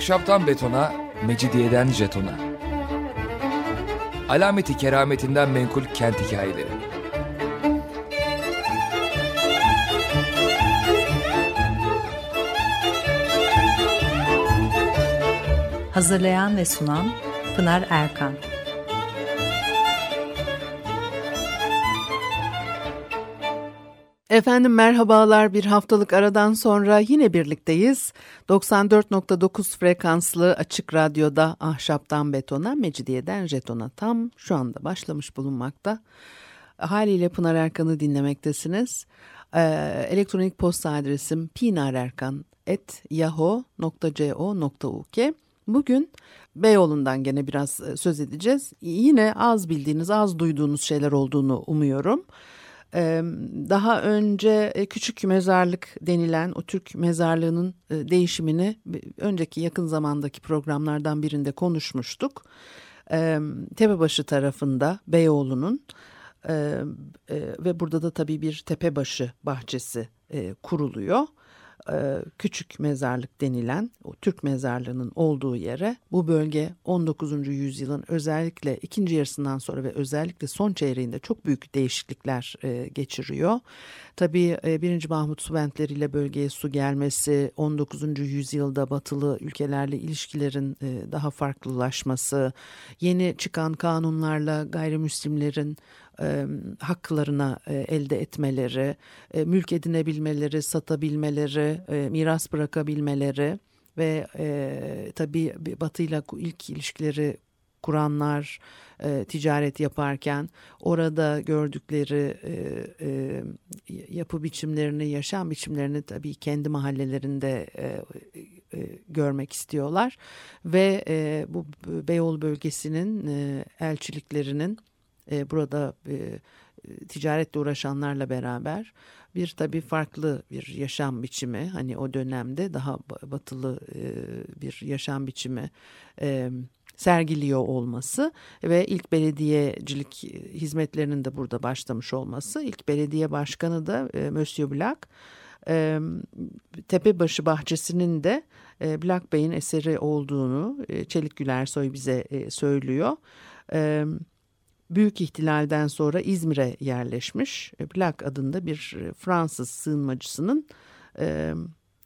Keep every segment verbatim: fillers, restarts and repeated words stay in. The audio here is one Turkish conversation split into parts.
Ahşaptan betona, mecidiyeden jetona. Alameti kerametinden menkul kent hikayeleri. Hazırlayan ve sunan Pınar Erkan. Efendim merhabalar, bir haftalık aradan sonra yine birlikteyiz. doksan dört nokta dokuz frekanslı Açık Radyo'da Ahşaptan Betona, Mecidiyeden Jeton'a tam şu anda başlamış bulunmakta. Haliyle Pınar Erkan'ı dinlemektesiniz. Ee, elektronik posta adresim pinarerkan at yahoo nokta co nokta uk. Bugün Beyoğlu'ndan gene biraz söz edeceğiz. Yine az bildiğiniz, az duyduğunuz şeyler olduğunu umuyorum. Daha önce küçük mezarlık denilen o Türk mezarlığının değişimini önceki yakın zamandaki programlardan birinde konuşmuştuk. Tepebaşı tarafında Beyoğlu'nun ve burada da tabii bir tepebaşı bahçesi kuruluyor. Küçük mezarlık denilen o Türk mezarlığının olduğu yere bu bölge on dokuzuncu yüzyılın özellikle ikinci yarısından sonra ve özellikle son çeyreğinde çok büyük değişiklikler geçiriyor. Tabii birinci. Mahmut subentleriyle bölgeye su gelmesi, on dokuzuncu yüzyılda batılı ülkelerle ilişkilerin daha farklılaşması, yeni çıkan kanunlarla gayrimüslimlerin E, haklarına e, elde etmeleri, e, mülk edinebilmeleri, satabilmeleri, e, miras bırakabilmeleri ve e, tabii Batı'yla ilk ilişkileri kuranlar e, ticaret yaparken orada gördükleri e, e, yapı biçimlerini, yaşam biçimlerini tabii kendi mahallelerinde e, e, görmek istiyorlar ve e, bu Beyoğlu bölgesinin e, elçiliklerinin E, burada e, ticaretle uğraşanlarla beraber bir tabii farklı bir yaşam biçimi, hani o dönemde daha batılı e, bir yaşam biçimi e, sergiliyor olması ve ilk belediyecilik hizmetlerinin de burada başlamış olması. İlk belediye başkanı da e, Monsieur Black. E, Tepebaşı bahçesinin de e, Black Bey'in eseri olduğunu e, Çelik Gülersoy bize e, söylüyor. Evet. Büyük ihtilalden sonra İzmir'e yerleşmiş Black adında bir Fransız sığınmacısının e,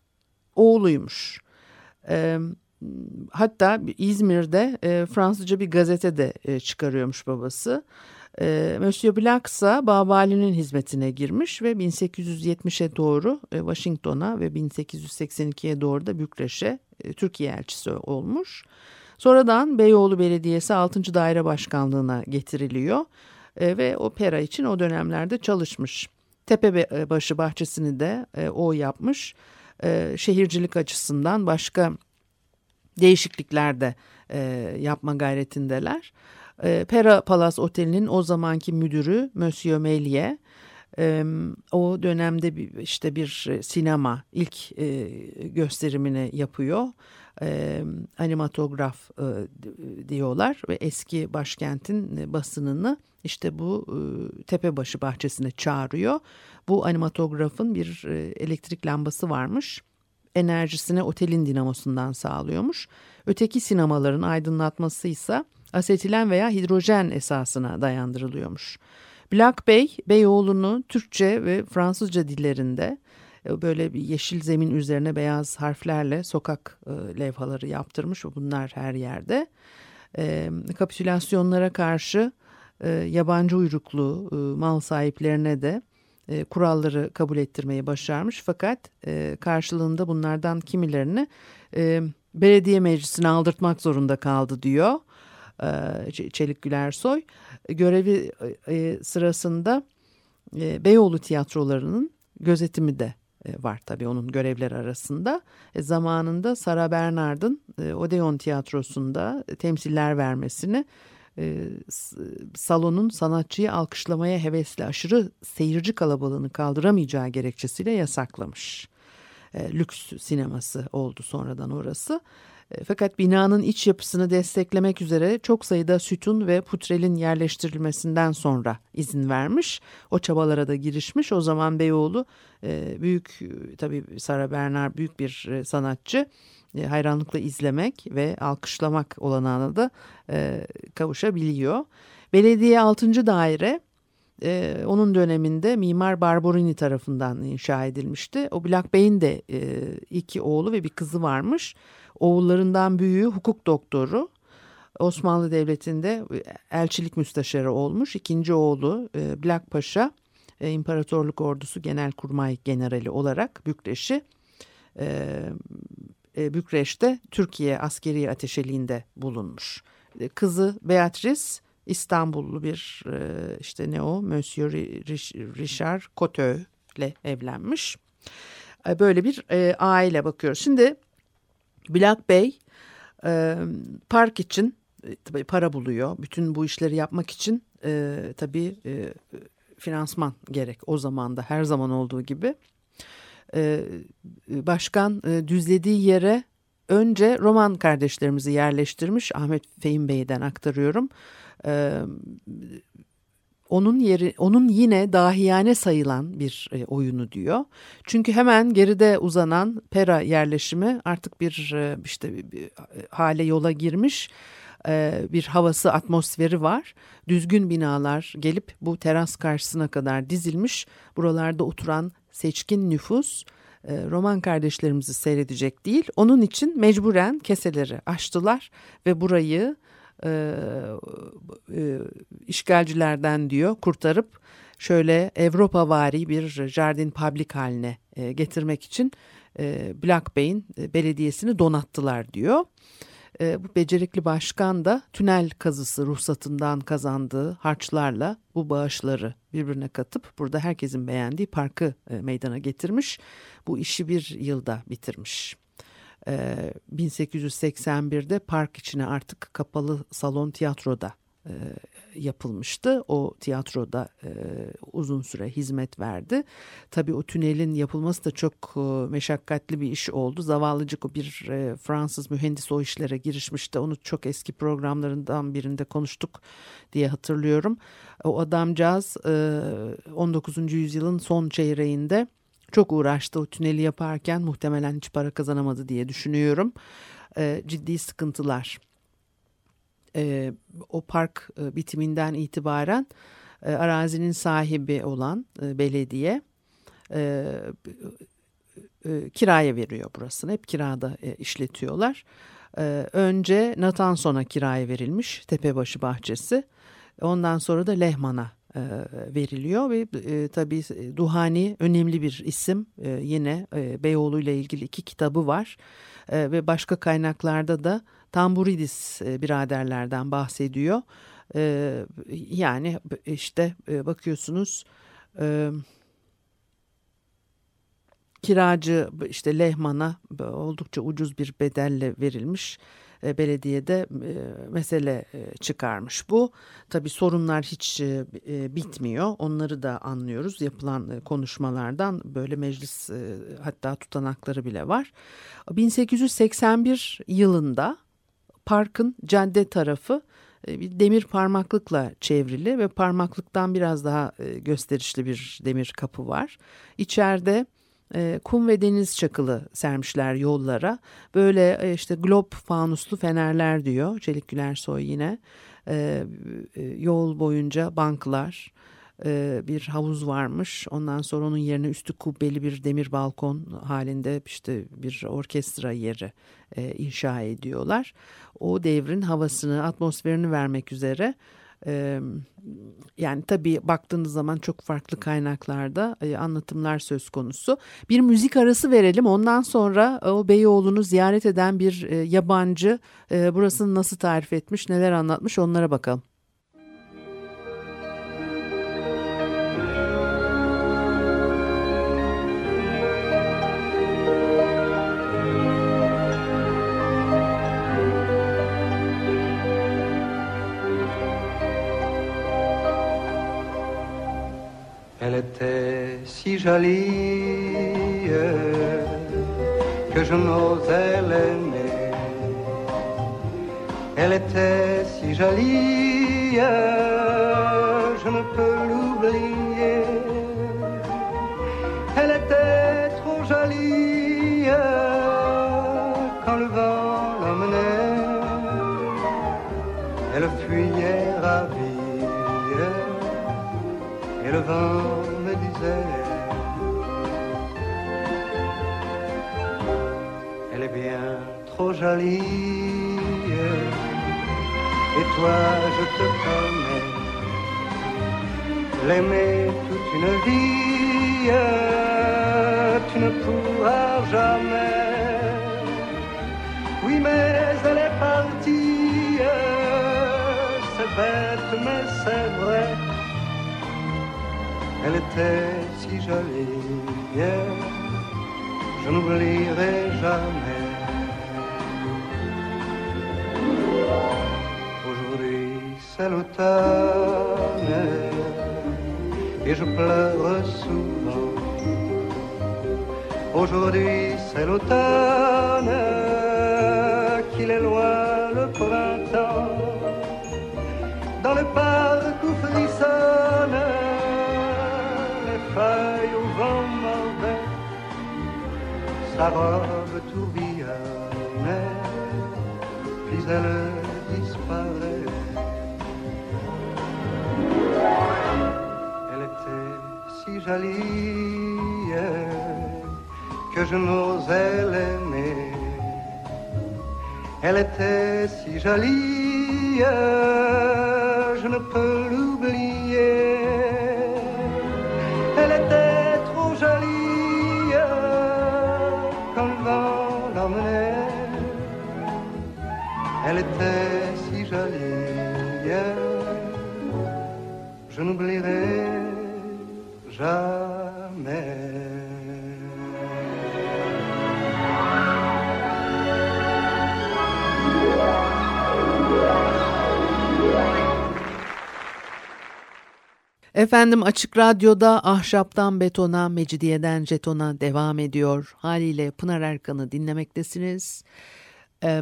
oğluymuş. E, hatta İzmir'de e, Fransızca bir gazete de e, çıkarıyormuş babası. E, Monsieur Black ise Babali'nin hizmetine girmiş ve bin sekiz yüz yetmişe doğru e, Washington'a ve bin sekiz yüz seksen ikiye doğru da Bükreş'e e, Türkiye elçisi olmuş. Sonradan Beyoğlu Belediyesi altıncı Daire Başkanlığı'na getiriliyor e, ve opera için o dönemlerde çalışmış. Tepebaşı bahçesini de e, o yapmış. E, şehircilik açısından başka değişiklikler de e, yapma gayretindeler. E, Pera Palace Oteli'nin o zamanki müdürü Monsieur Méliès, e, o dönemde bir, işte bir sinema ilk e, gösterimini yapıyor. E, animatograf e, diyorlar ve eski başkentin basınını işte bu e, Tepebaşı bahçesine çağırıyor. Bu animatografın bir e, elektrik lambası varmış. Enerjisini otelin dinamosundan sağlıyormuş. Öteki sinemaların aydınlatması ise asetilen veya hidrojen esasına dayandırılıyormuş. Black Bey, Beyoğlu'nu Türkçe ve Fransızca dillerinde böyle bir yeşil zemin üzerine beyaz harflerle sokak e, levhaları yaptırmış. Bunlar her yerde. E, kapitülasyonlara karşı e, yabancı uyruklu e, mal sahiplerine de e, kuralları kabul ettirmeyi başarmış. Fakat e, karşılığında bunlardan kimilerini e, belediye meclisine aldırtmak zorunda kaldı diyor e, Çelik Gülersoy. Görevi e, sırasında e, Beyoğlu tiyatrolarının gözetimi de var tabii onun görevleri arasında. E, zamanında Sarah Bernard'ın e, Odeon Tiyatrosu'nda temsiller vermesini, e, salonun sanatçıyı alkışlamaya hevesli aşırı seyirci kalabalığını kaldıramayacağı gerekçesiyle yasaklamış. E, lüks sineması oldu sonradan orası. Fakat binanın iç yapısını desteklemek üzere çok sayıda sütun ve putrelin yerleştirilmesinden sonra izin vermiş. O çabalara da girişmiş. O zaman Beyoğlu büyük, tabii Sarah Bernard büyük bir sanatçı. Hayranlıkla izlemek ve alkışlamak olanağına da kavuşabiliyor. Belediye altıncı daire Ee, onun döneminde Mimar Barberini tarafından inşa edilmişti. O Black Bey'in de e, iki oğlu ve bir kızı varmış. Oğullarından büyüğü hukuk doktoru. Osmanlı Devleti'nde elçilik müsteşarı olmuş. İkinci oğlu e, Black Paşa, e, İmparatorluk Ordusu Genelkurmay Generali olarak Bükreş'i e, e, Bükreş'te Türkiye Askeri Ateşeliğinde bulunmuş. E, kızı Beatrice İstanbullu bir işte ne o Monsieur Richard Coteux ile evlenmiş. Böyle bir aile bakıyoruz. Şimdi Black Bey park için tabii para buluyor. Bütün bu işleri yapmak için tabii finansman gerek. O zaman da her zaman olduğu gibi. Başkan düzlediği yere önce Roman kardeşlerimizi yerleştirmiş. Ahmet Fehim Bey'den aktarıyorum. Ee, onun yeri, onun yine dahiyane sayılan bir e, oyunu diyor. Çünkü hemen geride uzanan Pera yerleşimi artık bir e, işte bir, bir hale yola girmiş. E, bir havası, atmosferi var. Düzgün binalar gelip bu teras karşısına kadar dizilmiş. Buralarda oturan seçkin nüfus Roman kardeşlerimizi seyredecek değil. Onun için mecburen keseleri açtılar ve burayı e, e, işgalcilerden diyor kurtarıp şöyle Avrupavari bir jardin public haline e, getirmek için e, Black Bey'in e, belediyesini donattılar diyor. E, bu becerikli başkan da tünel kazısı ruhsatından kazandığı harçlarla bu bağışları birbirine katıp burada herkesin beğendiği parkı e, meydana getirmiş. Bu işi bir yılda bitirmiş. E, bin sekiz yüz seksen birde park içine artık kapalı salon tiyatroda e, yapılmıştı. O tiyatroda e, uzun süre hizmet verdi. Tabii o tünelin yapılması da çok e, meşakkatli bir iş oldu. Zavallıcık bir e, Fransız mühendis o işlere girişmişti. Onu çok eski programlarından birinde konuştuk diye hatırlıyorum. O adamcağız e, on dokuzuncu yüzyılın son çeyreğinde çok uğraştı o tüneli yaparken, muhtemelen hiç para kazanamadı diye düşünüyorum. E, ciddi sıkıntılar. E, o park e, bitiminden itibaren e, arazinin sahibi olan e, belediye e, e, kiraya veriyor burasını. Hep kirada e, işletiyorlar. E, önce Natanson'a kiraya verilmiş Tepebaşı bahçesi. Ondan sonra da Lehman'a e, veriliyor ve e, tabii Duhani önemli bir isim. E, yine e, Beyoğlu ile ilgili iki kitabı var e, ve başka kaynaklarda da Tamburidis e, biraderlerden bahsediyor. E, yani işte e, bakıyorsunuz e, kiracı işte Lehman'a oldukça ucuz bir bedelle verilmiş. E, belediyede e, mesele e, çıkarmış bu. Tabii sorunlar hiç e, bitmiyor. Onları da anlıyoruz. Yapılan e, konuşmalardan böyle meclis e, hatta tutanakları bile var. bin sekiz yüz seksen bir yılında parkın cadde tarafı e, bir demir parmaklıkla çevrili ve parmaklıktan biraz daha e, gösterişli bir demir kapı var. İçeride E, kum ve deniz çakılı sermişler yollara. Böyle e, işte glob fanuslu fenerler diyor Çelik Gülersoy yine. E, e, yol boyunca banklar, e, bir havuz varmış. Ondan sonra onun yerine üstü kubbeli bir demir balkon halinde işte bir orkestra yeri e, inşa ediyorlar. O devrin havasını, atmosferini vermek üzere. Ee, yani tabii baktığınız zaman çok farklı kaynaklarda e, anlatımlar söz konusu. Bir müzik arası verelim, ondan sonra o Beyoğlu'nu ziyaret eden bir e, yabancı e, burasını nasıl tarif etmiş, neler anlatmış, onlara bakalım. Elle était si jolie que je n'osais l'aimer. Elle était si jolie, je ne peux l'oublier. Elle était trop jolie quand le vent l'emmenait. Elle fuyait ravie et le vent me disait: elle est bien trop jolie. Et toi, je te promets l'aimer toute une vie, tu ne pourras jamais. Oui, mais elle est partie, c'est bête, mais c'est vrai. Elle était si jolie, je n'oublierai jamais. C'est l'automne et je pleure souvent. Aujourd'hui c'est l'automne, qu'il est loin le printemps. Dans le parc où frissonnent les feuilles au vent mauvais, sa robe tourbillonne, puis elle disparaît. Jolie, que je n'osais l'aimer. Elle était si jolie, je ne peux l'oublier. Elle était trop jolie quand le vent l'emmenait. Elle était si jolie, je n'oublierai jamais. Efendim, Açık Radyo'da Ahşaptan Betona, Mecidiyeden Jeton'a devam ediyor. Haliyle Pınar Erkan'ı dinlemektesiniz. Ee,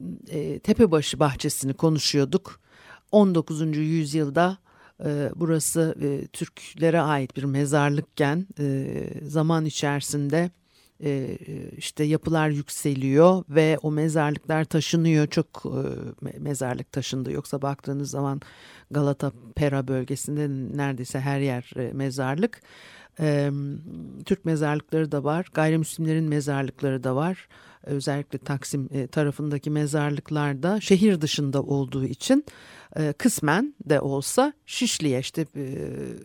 e, Tepebaşı bahçesini konuşuyorduk. on dokuzuncu yüzyılda e, burası e, Türklere ait bir mezarlıkken e, zaman içerisinde e, işte yapılar yükseliyor ve o mezarlıklar taşınıyor. Çok e, mezarlık taşındı. Yoksa baktığınız zaman Galata Pera bölgesinde neredeyse her yer e, mezarlık. E, Türk mezarlıkları da var, gayrimüslimlerin mezarlıkları da var. Özellikle Taksim e, tarafındaki mezarlıklar da şehir dışında olduğu için e, kısmen de olsa Şişli'ye, işte e,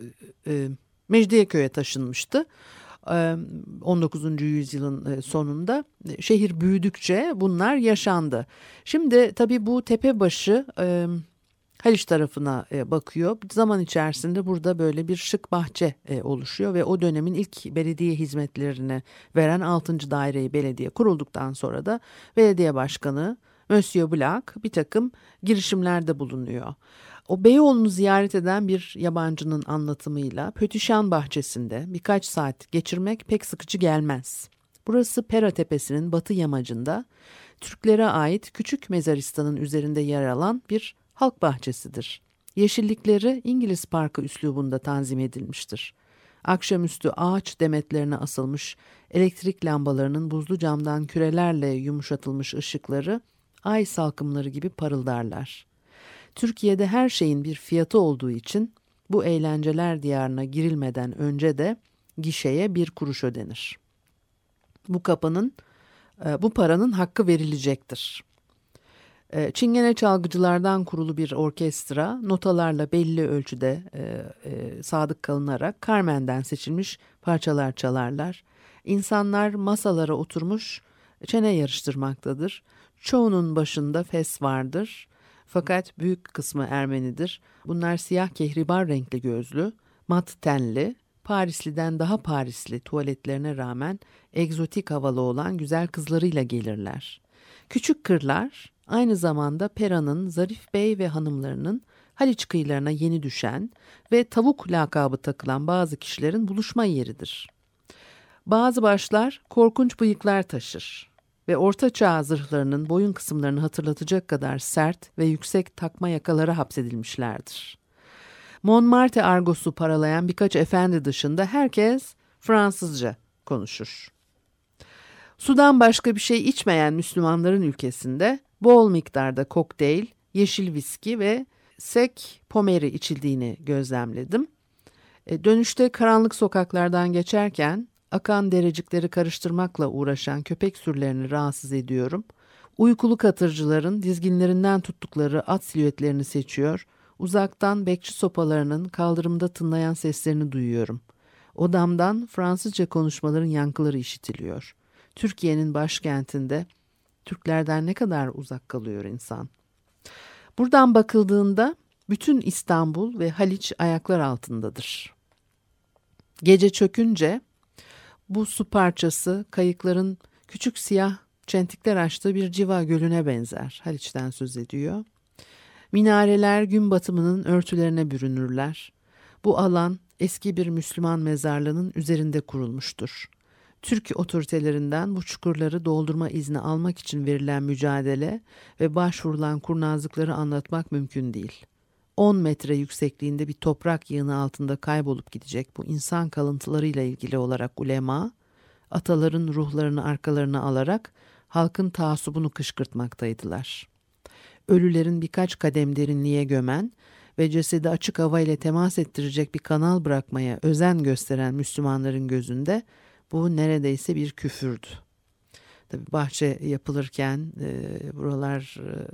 e, Mecidiyeköy'e taşınmıştı. E, on dokuzuncu yüzyılın sonunda şehir büyüdükçe bunlar yaşandı. Şimdi tabii bu Tepebaşı e, Haliç tarafına bakıyor. Zaman içerisinde burada böyle bir şık bahçe oluşuyor ve o dönemin ilk belediye hizmetlerini veren altıncı Daireyi Belediye kurulduktan sonra da belediye başkanı Monsieur Black bir takım girişimlerde bulunuyor. O Beyoğlu'nu ziyaret eden bir yabancının anlatımıyla Pötüşan bahçesinde birkaç saat geçirmek pek sıkıcı gelmez. Burası Pera Tepesi'nin batı yamacında Türklere ait küçük mezaristanın üzerinde yer alan bir halk bahçesidir. Yeşillikleri İngiliz parkı üslubunda tanzim edilmiştir. Akşamüstü ağaç demetlerine asılmış elektrik lambalarının buzlu camdan kürelerle yumuşatılmış ışıkları ay salkımları gibi parıldarlar. Türkiye'de her şeyin bir fiyatı olduğu için bu eğlenceler diyarına girilmeden önce de gişeye bir kuruş ödenir. Bu kapının, bu paranın hakkı verilecektir. Çingene çalgıcılardan kurulu bir orkestra notalarla belli ölçüde e, e, sadık kalınarak Carmen'den seçilmiş parçalar çalarlar. İnsanlar masalara oturmuş çene yarıştırmaktadır. Çoğunun başında fes vardır. Fakat büyük kısmı Ermenidir. Bunlar siyah kehribar renkli gözlü, mat tenli, Parisliden daha Parisli tuvaletlerine rağmen egzotik havalı olan güzel kızlarıyla gelirler. Küçük kırlar aynı zamanda Pera'nın zarif bey ve hanımlarının Haliç kıyılarına yeni düşen ve tavuk lakabı takılan bazı kişilerin buluşma yeridir. Bazı başlar korkunç bıyıklar taşır. ve Orta Çağ zırhlarının boyun kısımlarını hatırlatacak kadar sert ve yüksek takma yakalara hapsedilmişlerdir. Montmartre argosu paralayan birkaç efendi dışında herkes Fransızca konuşur. Sudan başka bir şey içmeyen Müslümanların ülkesinde bol miktarda kokteyl, yeşil viski ve sek pomeri içildiğini gözlemledim. E, dönüşte karanlık sokaklardan geçerken akan derecikleri karıştırmakla uğraşan köpek sürülerini rahatsız ediyorum. Uykulu katırcıların dizginlerinden tuttukları at silüetlerini seçiyor, uzaktan bekçi sopalarının kaldırımda tınlayan seslerini duyuyorum. Odamdan Fransızca konuşmaların yankıları işitiliyor. Türkiye'nin başkentinde Türklerden ne kadar uzak kalıyor insan. Buradan bakıldığında bütün İstanbul ve Haliç ayaklar altındadır. Gece çökünce bu su parçası kayıkların küçük siyah çentikler açtığı bir civa gölüne benzer. Haliç'ten söz ediyor. Minareler gün batımının örtülerine bürünürler. Bu alan eski bir Müslüman mezarlığının üzerinde kurulmuştur. Türk otoritelerinden bu çukurları doldurma izni almak için verilen mücadele ve başvurulan kurnazlıkları anlatmak mümkün değil. on metre yüksekliğinde bir toprak yığını altında kaybolup gidecek bu insan kalıntılarıyla ilgili olarak ulema, ataların ruhlarını arkalarına alarak halkın taassubunu kışkırtmaktaydılar. Ölülerin birkaç kadem derinliğe gömen ve cesedi açık hava ile temas ettirecek bir kanal bırakmaya özen gösteren Müslümanların gözünde bu neredeyse bir küfürdü. Tabii bahçe yapılırken e, buralar e,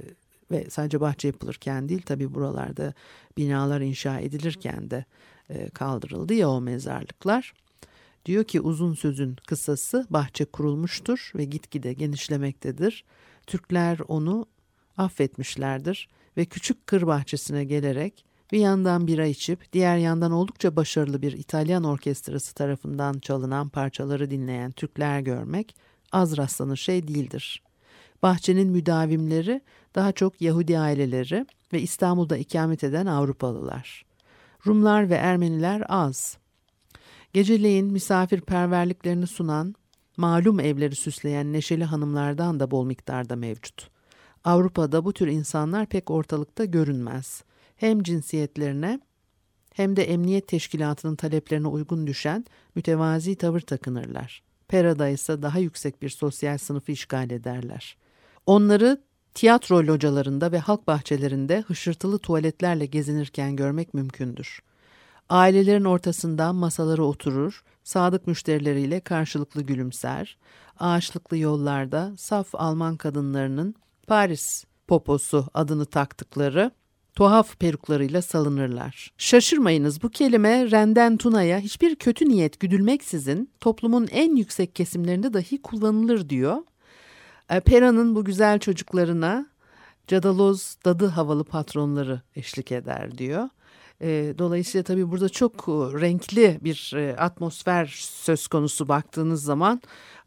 ve sadece bahçe yapılırken değil, tabii buralarda binalar inşa edilirken de e, kaldırıldı ya o mezarlıklar. Diyor ki uzun sözün kısası bahçe kurulmuştur ve gitgide genişlemektedir. Türkler onu affetmişlerdir ve küçük kır bahçesine gelerek bir yandan bira içip diğer yandan oldukça başarılı bir İtalyan orkestrası tarafından çalınan parçaları dinleyen Türkler görmek az rastlanır şey değildir. Bahçenin müdavimleri daha çok Yahudi aileleri ve İstanbul'da ikamet eden Avrupalılar. Rumlar ve Ermeniler az. Geceleyin misafirperverliklerini sunan, malum evleri süsleyen neşeli hanımlardan da bol miktarda mevcut. Avrupa'da bu tür insanlar pek ortalıkta görünmez. Hem cinsiyetlerine hem de emniyet teşkilatının taleplerine uygun düşen mütevazi tavır takınırlar. Pera'da ise daha yüksek bir sosyal sınıfı işgal ederler. Onları tiyatro localarında ve halk bahçelerinde hışırtılı tuvaletlerle gezinirken görmek mümkündür. Ailelerin ortasından masalara oturur, sadık müşterileriyle karşılıklı gülümser, ağaçlıklı yollarda saf Alman kadınlarının Paris poposu adını taktıkları tuhaf peruklarıyla salınırlar. Şaşırmayınız, bu kelime Renden Tuna'ya hiçbir kötü niyet güdülmeksizin toplumun en yüksek kesimlerinde dahi kullanılır diyor. Pera'nın bu güzel çocuklarına cadaloz dadı havalı patronları eşlik eder diyor. Dolayısıyla tabii burada çok renkli bir atmosfer söz konusu baktığınız zaman.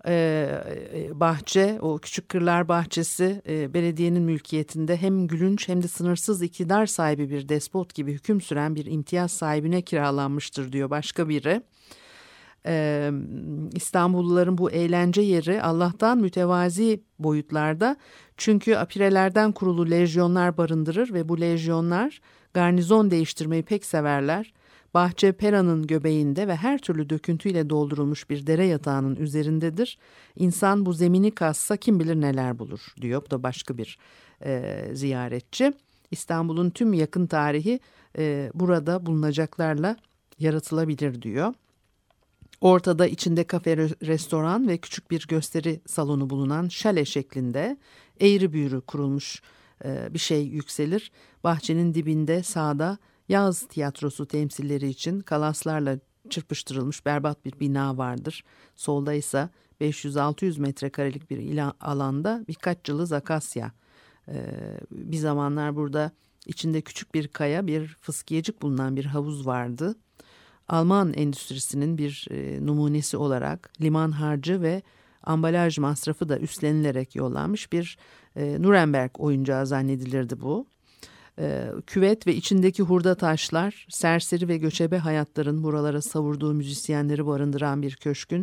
Bahçe, o Küçük Kırlar Bahçesi belediyenin mülkiyetinde hem gülünç hem de sınırsız iktidar sahibi bir despot gibi hüküm süren bir imtiyaz sahibine kiralanmıştır diyor başka biri. Ee, İstanbulluların bu eğlence yeri Allah'tan mütevazi boyutlarda, çünkü apirelerden kurulu lejyonlar barındırır ve bu lejyonlar garnizon değiştirmeyi pek severler. Bahçe Pera'nın göbeğinde ve her türlü döküntüyle doldurulmuş bir dere yatağının üzerindedir. İnsan bu zemini kazsa kim bilir neler bulur diyor. Bu da başka bir e, ziyaretçi. İstanbul'un tüm yakın tarihi e, burada bulunacaklarla yaratılabilir diyor. Ortada içinde kafe, restoran ve küçük bir gösteri salonu bulunan şale şeklinde eğri büğrü kurulmuş e, bir şey yükselir. Bahçenin dibinde sağda yaz tiyatrosu temsilleri için kalaslarla çırpıştırılmış berbat bir bina vardır. Solda ise beş yüz altı yüz metrekarelik bir alanda birkaç cılız akasya. Ee, bir zamanlar burada içinde küçük bir kaya, bir fıskiyecik bulunan bir havuz vardı. Alman endüstrisinin bir e, numunesi olarak liman harcı ve ambalaj masrafı da üstlenilerek yollanmış bir e, Nuremberg oyuncağı zannedilirdi bu. Ee, küvet ve içindeki hurda taşlar, serseri ve göçebe hayatların buralara savurduğu müzisyenleri barındıran bir köşkün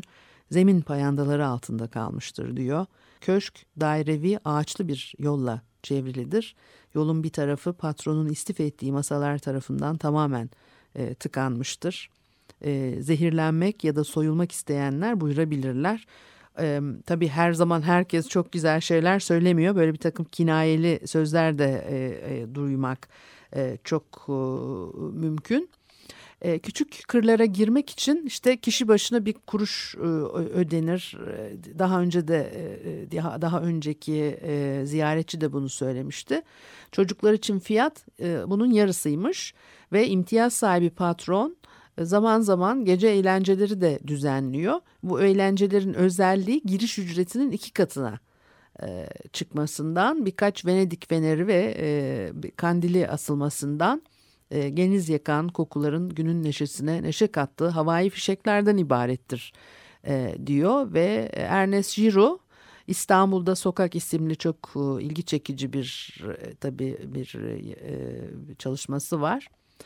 zemin payandaları altında kalmıştır diyor. Köşk dairevi ağaçlı bir yolla çevrilidir. Yolun bir tarafı patronun istif ettiği masalar tarafından tamamen e, tıkanmıştır. E, zehirlenmek ya da soyulmak isteyenler buyurabilirler. E, tabii her zaman herkes çok güzel şeyler söylemiyor. Böyle bir takım kinayeli sözler de e, e, duymak e, çok e, mümkün. E, küçük kırlara girmek için işte kişi başına bir kuruş e, ödenir. E, daha önce de e, daha, daha önceki e, ziyaretçi de bunu söylemişti. Çocuklar için fiyat e, bunun yarısıymış ve imtiyaz sahibi patron zaman zaman gece eğlenceleri de düzenliyor. Bu eğlencelerin özelliği giriş ücretinin iki katına e, çıkmasından, birkaç Venedik feneri ve e, kandili asılmasından, e, geniz yakan kokuların günün neşesine neşe kattığı havai fişeklerden ibarettir e, diyor ve Ernest Giraud İstanbul'da Sokak isimli çok e, ilgi çekici bir e, tabii bir e, çalışması var.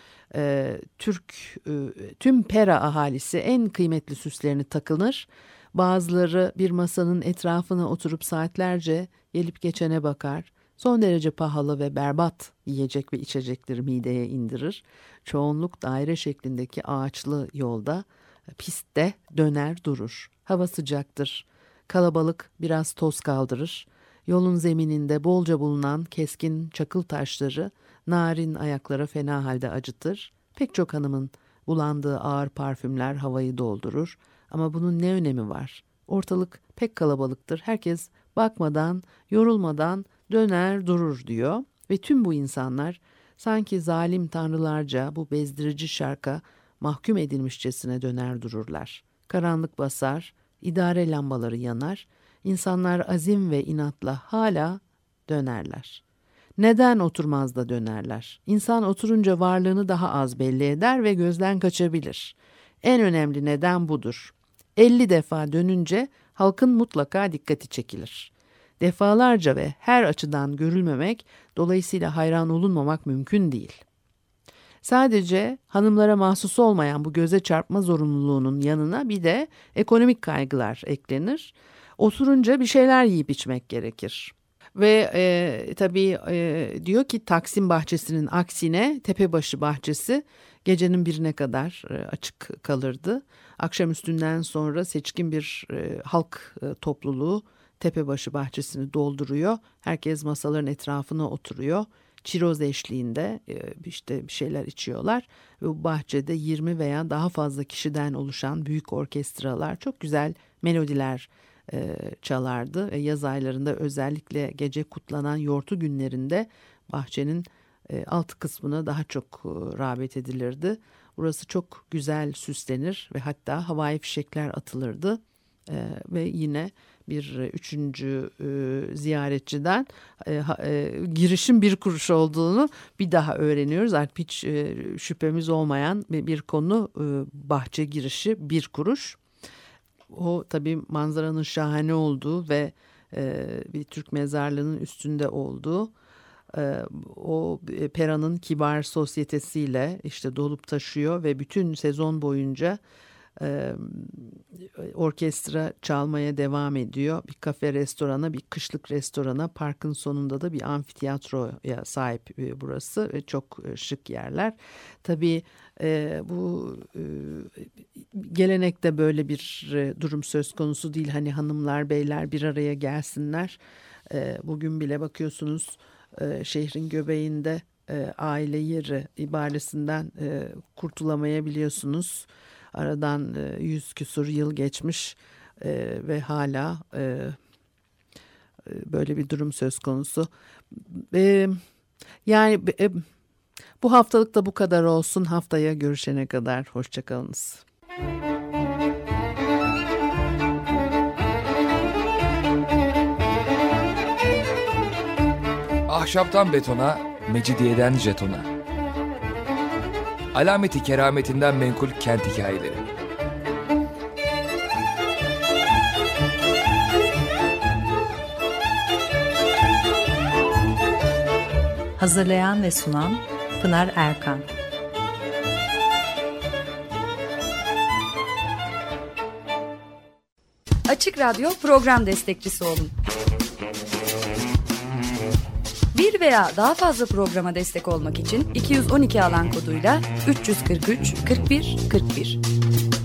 E, Türk e, tüm Pera ahalisi en kıymetli süslerini takınır. Bazıları bir masanın etrafına oturup saatlerce gelip geçene bakar. Son derece pahalı ve berbat yiyecek ve içecekleri mideye indirir. Çoğunluk daire şeklindeki ağaçlı yolda, pistte döner durur. Hava sıcaktır. Kalabalık biraz toz kaldırır. Yolun zemininde bolca bulunan keskin çakıl taşları narin ayaklara fena halde acıtır. Pek çok hanımın bulandığı ağır parfümler havayı doldurur. Ama bunun ne önemi var? Ortalık pek kalabalıktır. Herkes bakmadan, yorulmadan döner durur diyor. Ve tüm bu insanlar sanki zalim tanrılarca bu bezdirici şarka mahkum edilmişçesine döner dururlar. Karanlık basar, idare lambaları yanar. İnsanlar azim ve inatla hala dönerler. Neden oturmaz da dönerler? İnsan oturunca varlığını daha az belli eder ve gözden kaçabilir. En önemli neden budur. elli defa dönünce halkın mutlaka dikkati çekilir. Defalarca ve her açıdan görülmemek, dolayısıyla hayran olunmamak mümkün değil. Sadece hanımlara mahsus olmayan bu göze çarpma zorunluluğunun yanına bir de ekonomik kaygılar eklenir. Oturunca bir şeyler yiyip içmek gerekir. Ve e, tabii e, diyor ki Taksim bahçesinin aksine Tepebaşı bahçesi gecenin birine kadar e, açık kalırdı. Akşamüstünden sonra seçkin bir e, halk e, topluluğu Tepebaşı bahçesini dolduruyor. Herkes masaların etrafına oturuyor. Çiroz eşliğinde e, işte bir şeyler içiyorlar. Ve bu bahçede yirmi veya daha fazla kişiden oluşan büyük orkestralar çok güzel melodiler e, çalardı. E, yaz aylarında özellikle gece kutlanan yortu günlerinde bahçenin e, alt kısmına daha çok e, rağbet edilirdi. Burası çok güzel süslenir ve hatta havai fişekler atılırdı. E, ve yine bir e, üçüncü e, ziyaretçiden e, e, girişin bir kuruş olduğunu bir daha öğreniyoruz. Artık hiç e, şüphemiz olmayan bir, bir konu e, bahçe girişi bir kuruş. O tabii manzaranın şahane olduğu ve e, bir Türk mezarlığının üstünde olduğu, e, o e, Pera'nın kibar sosyetesiyle işte dolup taşıyor ve bütün sezon boyunca e, orkestra çalmaya devam ediyor. Bir kafe restorana, bir kışlık restorana, parkın sonunda da bir amfiteyatroya sahip e, burası ve çok e, şık yerler. Tabii e, bu e, gelenekte böyle bir e, durum söz konusu değil. Hani hanımlar, beyler bir araya gelsinler. E, bugün bile bakıyorsunuz e, şehrin göbeğinde e, aile yeri ibaresinden e, kurtulamayabiliyorsunuz. Aradan e, yüz küsur yıl geçmiş e, ve hala e, böyle bir durum söz konusu. E, yani e, bu haftalık da bu kadar olsun. Haftaya görüşene kadar hoşçakalınız. Ahşaptan betona, mecidiyeden jetona. Alameti kerametinden menkul kent hikayeleri. Hazırlayan ve sunan Pınar Erkan. Açık Radyo program destekçisi olun. Bir veya daha fazla programa destek olmak için iki yüz on iki alan koduyla üç yüz kırk üç kırk bir kırk bir.